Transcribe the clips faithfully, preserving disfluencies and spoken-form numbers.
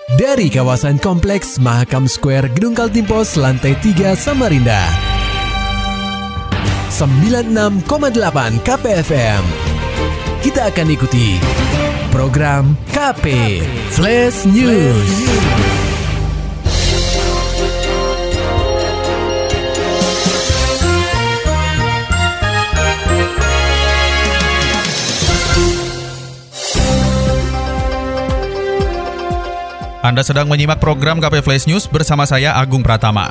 Dari kawasan Kompleks Mahakam Square Gedung Kaltimpos lantai tiga Samarinda. sembilan puluh enam koma delapan K P F M. Kita akan ikuti program K P Flash News. Anda sedang menyimak program K P Flash News bersama saya Agung Pratama.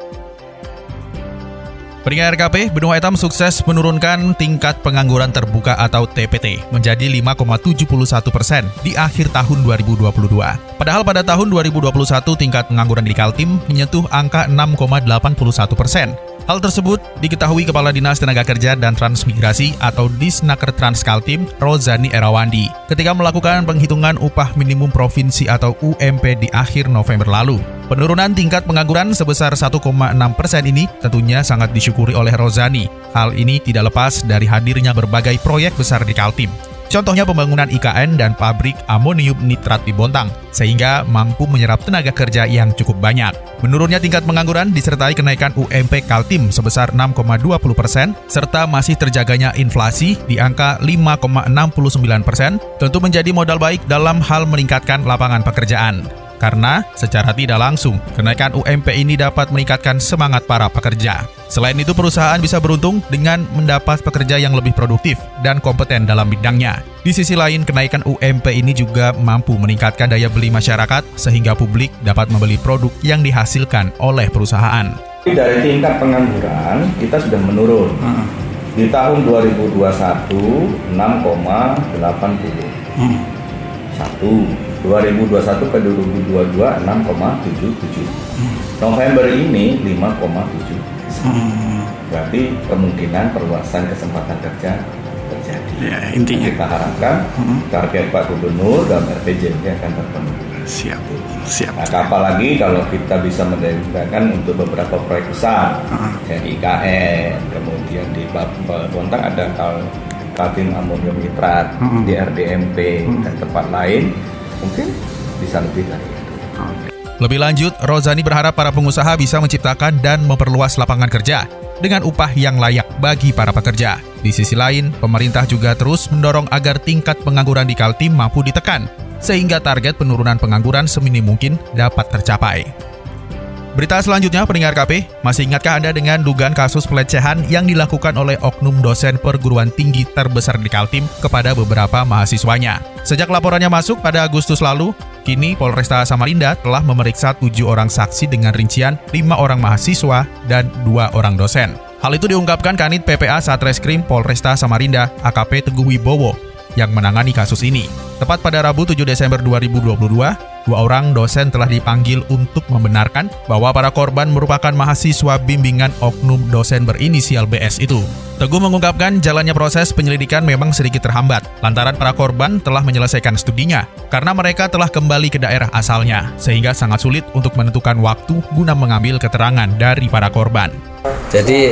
Pendengar K P, benua hitam sukses menurunkan tingkat pengangguran terbuka atau T P T menjadi lima koma tujuh satu persen di akhir tahun dua ribu dua puluh dua. Padahal pada tahun dua ribu dua puluh satu tingkat pengangguran di Kaltim menyentuh angka enam koma delapan satu persen. Hal tersebut diketahui Kepala Dinas Tenaga Kerja dan Transmigrasi atau Disnaker Trans Kaltim, Rozani Erawandi, ketika melakukan penghitungan upah minimum provinsi atau U M P di akhir November lalu. Penurunan tingkat pengangguran sebesar satu koma enam persen ini tentunya sangat disyukuri oleh Rozani. Hal ini tidak lepas dari hadirnya berbagai proyek besar di Kaltim. Contohnya pembangunan I K N dan pabrik amonium nitrat di Bontang, sehingga mampu menyerap tenaga kerja yang cukup banyak. Menurunnya tingkat pengangguran disertai kenaikan U M P Kaltim sebesar enam koma dua puluh persen, serta masih terjaganya inflasi di angka lima koma enam sembilan persen, tentu menjadi modal baik dalam hal meningkatkan lapangan pekerjaan. Karena secara tidak langsung, kenaikan U M P ini dapat meningkatkan semangat para pekerja. Selain itu, perusahaan bisa beruntung dengan mendapat pekerja yang lebih produktif dan kompeten dalam bidangnya. Di sisi lain, kenaikan U M P ini juga mampu meningkatkan daya beli masyarakat sehingga publik dapat membeli produk yang dihasilkan oleh perusahaan. Dari tingkat pengangguran, kita sudah menurun. Hmm. Di tahun dua ribu dua puluh satu, enam koma delapan puluh satu. dua ribu dua puluh satu ke dua ribu dua puluh dua, enam koma tujuh tujuh. Hmm. November ini lima koma tujuh. Hmm. Berarti kemungkinan perluasan kesempatan kerja terjadi. Ya, intinya kita harapkan hmm. target Pak Gubernur dan R P J N akan terpenuhi. Siap. Siap. Nah, apalagi kalau kita bisa mendedikasikan untuk beberapa proyek besar, hmm. ya di I K N, kemudian di Bontang ada Kaltim amonium nitrat, hmm. di R D M P hmm. dan tempat lain. Mungkin bisa lebih dari itu. Lebih lanjut, Rozani berharap para pengusaha bisa menciptakan dan memperluas lapangan kerja dengan upah yang layak bagi para pekerja. Di sisi lain, pemerintah juga terus mendorong agar tingkat pengangguran di Kaltim mampu ditekan, sehingga target penurunan pengangguran seminim mungkin dapat tercapai. Berita selanjutnya, pendengar K P, masih ingatkah Anda dengan dugaan kasus pelecehan yang dilakukan oleh oknum dosen perguruan tinggi terbesar di Kaltim kepada beberapa mahasiswanya? Sejak laporannya masuk pada Agustus lalu, kini Polresta Samarinda telah memeriksa tujuh orang saksi dengan rincian lima orang mahasiswa dan dua orang dosen. Hal itu diungkapkan Kanit P P A Satreskrim Polresta Samarinda A K P Teguh Wibowo yang menangani kasus ini. Tepat pada Rabu tujuh Desember dua ribu dua puluh dua, dua orang dosen telah dipanggil untuk membenarkan bahwa para korban merupakan mahasiswa bimbingan oknum dosen berinisial B S itu. Teguh mengungkapkan jalannya proses penyelidikan memang sedikit terhambat lantaran para korban telah menyelesaikan studinya karena mereka telah kembali ke daerah asalnya, sehingga sangat sulit untuk menentukan waktu guna mengambil keterangan dari para korban. Jadi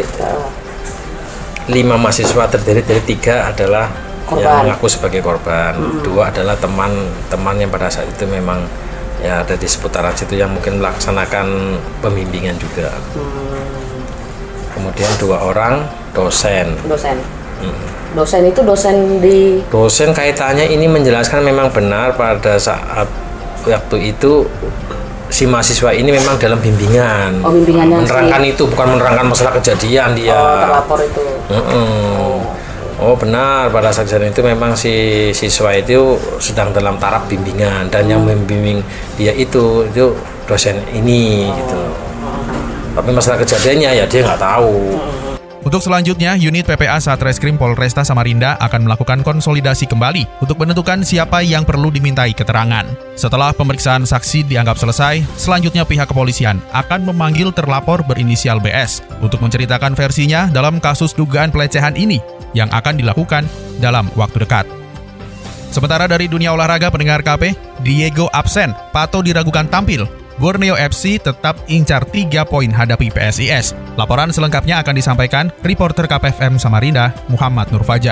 lima mahasiswa terdiri dari tiga adalah korban yang mengaku sebagai korban, hmm. dua adalah teman-teman yang pada saat itu memang ya ada di seputaran situ yang mungkin melaksanakan pembimbingan juga. Hmm. Kemudian dua orang dosen. Dosen. Hmm. Dosen itu dosen di. Dosen kaitannya ini menjelaskan memang benar pada saat waktu itu si mahasiswa ini memang dalam bimbingan. Oh, bimbingannya menerangkan si... itu bukan menerangkan masalah kejadian dia. Oh, terlapor itu. Hmm. Oh benar, pada saat itu memang si siswa itu sedang dalam taraf bimbingan dan hmm. yang membimbing dia itu itu dosen ini oh. gitu. Tapi masalah kejadiannya ya dia nggak tahu. Untuk selanjutnya, unit P P A Satreskrim Polresta Samarinda akan melakukan konsolidasi kembali untuk menentukan siapa yang perlu dimintai keterangan. Setelah pemeriksaan saksi dianggap selesai, selanjutnya pihak kepolisian akan memanggil terlapor berinisial B S untuk menceritakan versinya dalam kasus dugaan pelecehan ini yang akan dilakukan dalam waktu dekat. Sementara dari dunia olahraga, pendengar K P, Diego absen, Pato diragukan tampil. Borneo F C tetap incar tiga poin hadapi P S I S. Laporan selengkapnya akan disampaikan reporter K P F M Samarinda, Muhammad Nur Fajar.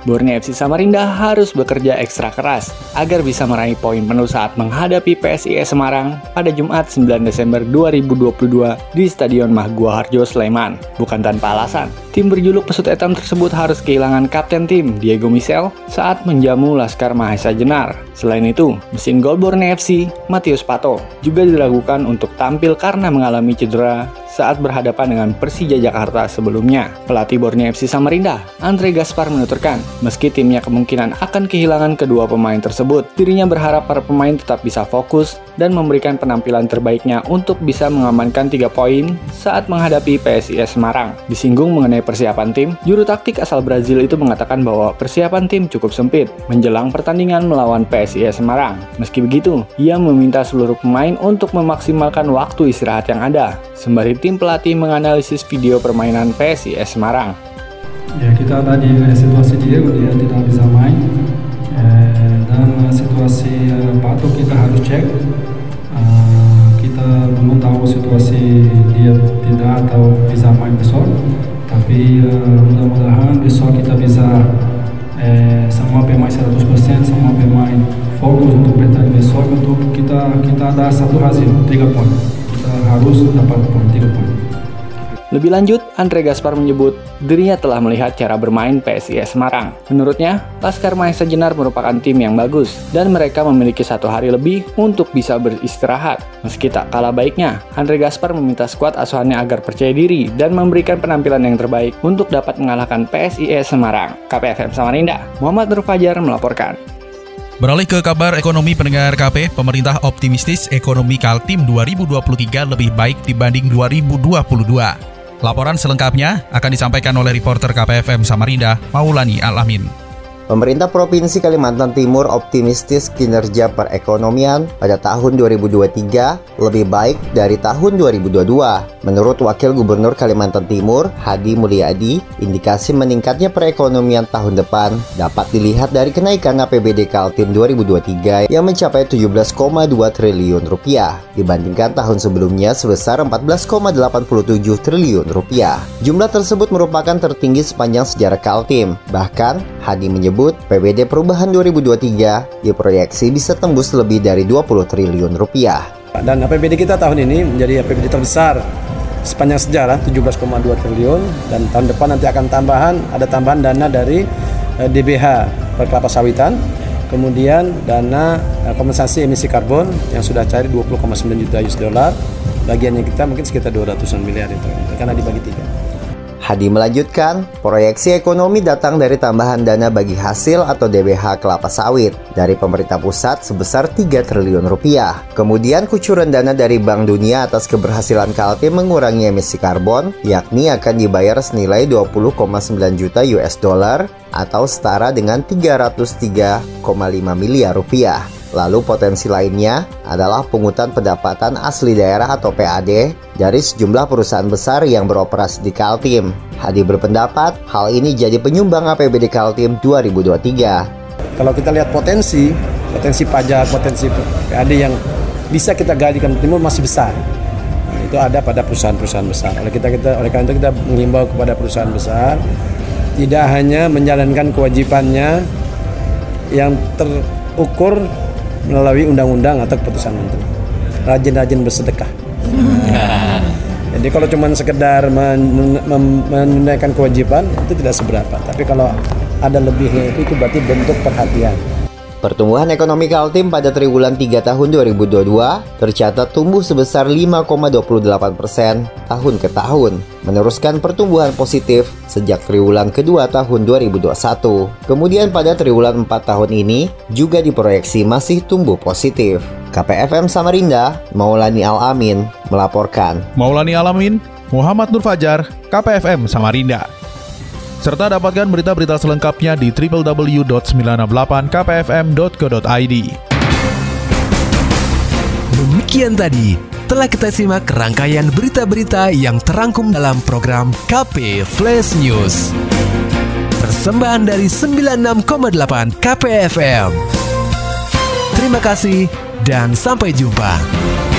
Borneo F C Samarinda harus bekerja ekstra keras agar bisa meraih poin penuh saat menghadapi P S I S Semarang pada Jumat sembilan Desember dua ribu dua puluh dua di Stadion Mahgua Harjo, Sleman. Bukan tanpa alasan, tim berjuluk Pesut Etam tersebut harus kehilangan kapten tim Diego Michel saat menjamu Laskar Mahesa Jenar. Selain itu, mesin gol Borneo F C, Matius Pato, juga diragukan untuk tampil karena mengalami cedera saat berhadapan dengan Persija Jakarta sebelumnya. Pelatih Borneo F C Samarinda, Andre Gaspar menuturkan, meski timnya kemungkinan akan kehilangan kedua pemain tersebut, dirinya berharap para pemain tetap bisa fokus dan memberikan penampilan terbaiknya untuk bisa mengamankan tiga poin saat menghadapi P S I S Semarang. Disinggung mengenai persiapan tim, juru taktik asal Brazil itu mengatakan bahwa persiapan tim cukup sempit menjelang pertandingan melawan P S I S Semarang. Meski begitu, ia meminta seluruh pemain untuk memaksimalkan waktu istirahat yang ada, sembari tim pelatih menganalisis video permainan P S I S Semarang. Ya, kita ada di situasi Diego, dia tidak bisa main, eh, dan situasi eh, Pato kita harus cek. Uh, kita belum tahu situasi dia tidak atau bisa main besok, tapi uh, mudah-mudahan besok kita bisa eh, semua pemain seratus persen, semua pemain fokus untuk bertanding besok, untuk kita kita ada satu hasil tiga poin. Kita harus dapat poin tiga poin. Lebih lanjut, Andre Gaspar menyebut dirinya telah melihat cara bermain P S I S Semarang. Menurutnya, Laskar Mahesa Jenar merupakan tim yang bagus dan mereka memiliki satu hari lebih untuk bisa beristirahat. Meski tak kalah baiknya, Andre Gaspar meminta skuad asuhannya agar percaya diri dan memberikan penampilan yang terbaik untuk dapat mengalahkan P S I S Semarang. K P F M Samarinda, Muhammad Nur Fajar melaporkan. Beralih ke kabar ekonomi pendengar K P, pemerintah optimistis ekonomi Kaltim dua ribu dua puluh tiga lebih baik dibanding dua ribu dua puluh dua. Laporan selengkapnya akan disampaikan oleh reporter K P F M Samarinda, Maulani Alamin. Pemerintah Provinsi Kalimantan Timur optimistis kinerja perekonomian pada tahun dua ribu dua puluh tiga lebih baik dari tahun dua ribu dua puluh dua. Menurut Wakil Gubernur Kalimantan Timur, Hadi Mulyadi, indikasi meningkatnya perekonomian tahun depan dapat dilihat dari kenaikan A P B D Kaltim dua ribu dua puluh tiga yang mencapai tujuh belas koma dua triliun rupiah dibandingkan tahun sebelumnya sebesar empat belas koma delapan tujuh triliun rupiah. Jumlah tersebut merupakan tertinggi sepanjang sejarah Kaltim. Bahkan, Hadi menyebut P B D perubahan dua ribu dua puluh tiga diproyeksi bisa tembus lebih dari dua puluh triliun rupiah. Dan A P B D kita tahun ini menjadi A P B D terbesar sepanjang sejarah, tujuh belas koma dua triliun, dan tahun depan nanti akan tambahan, ada tambahan dana dari eh, D B H perkelapa sawitan, kemudian dana eh, kompensasi emisi karbon yang sudah cair dua puluh koma sembilan juta U S dollar, bagiannya kita mungkin sekitar dua ratusan miliar itu, karena dibagi tiga. Hadi melanjutkan, proyeksi ekonomi datang dari tambahan dana bagi hasil atau D B H kelapa sawit dari pemerintah pusat sebesar tiga triliun rupiah. Kemudian kucuran dana dari Bank Dunia atas keberhasilan Kaltim mengurangi emisi karbon, yakni akan dibayar senilai dua puluh koma sembilan juta U S dollar atau setara dengan tiga ratus tiga koma lima miliar rupiah. Lalu potensi lainnya adalah pungutan pendapatan asli daerah atau P A D dari sejumlah perusahaan besar yang beroperasi di Kaltim. Hadi berpendapat hal ini jadi penyumbang A P B D Kaltim dua ribu dua puluh tiga. Kalau kita lihat potensi, potensi pajak, potensi P A D yang bisa kita gali di Timur masih besar. Nah, itu ada pada perusahaan-perusahaan besar. Oleh kita kita oleh karena itu kita mengimbau kepada perusahaan besar tidak hanya menjalankan kewajibannya yang terukur melalui undang-undang atau keputusan menteri, rajin-rajin bersedekah. Jadi kalau cuma sekedar men- men- menunaikan kewajiban itu tidak seberapa, tapi kalau ada lebihnya itu, itu berarti bentuk perhatian. Pertumbuhan ekonomi Kaltim pada triwulan tiga tahun dua ribu dua puluh dua tercatat tumbuh sebesar lima koma dua delapan persen tahun ke tahun, meneruskan pertumbuhan positif sejak triwulan kedua tahun dua ribu dua puluh satu. Kemudian pada triwulan empat tahun ini juga diproyeksi masih tumbuh positif. K P F M Samarinda, Maulani Alamin melaporkan. Maulani Alamin, Muhammad Nur Fajar, K P F M Samarinda. Serta dapatkan berita-berita selengkapnya di w w w dot sembilan delapan k p f m dot co dot i d. Demikian tadi telah kita simak rangkaian berita-berita yang terangkum dalam program K P Flash News. Persembahan dari sembilan puluh enam koma delapan K P F M. Terima kasih dan sampai jumpa.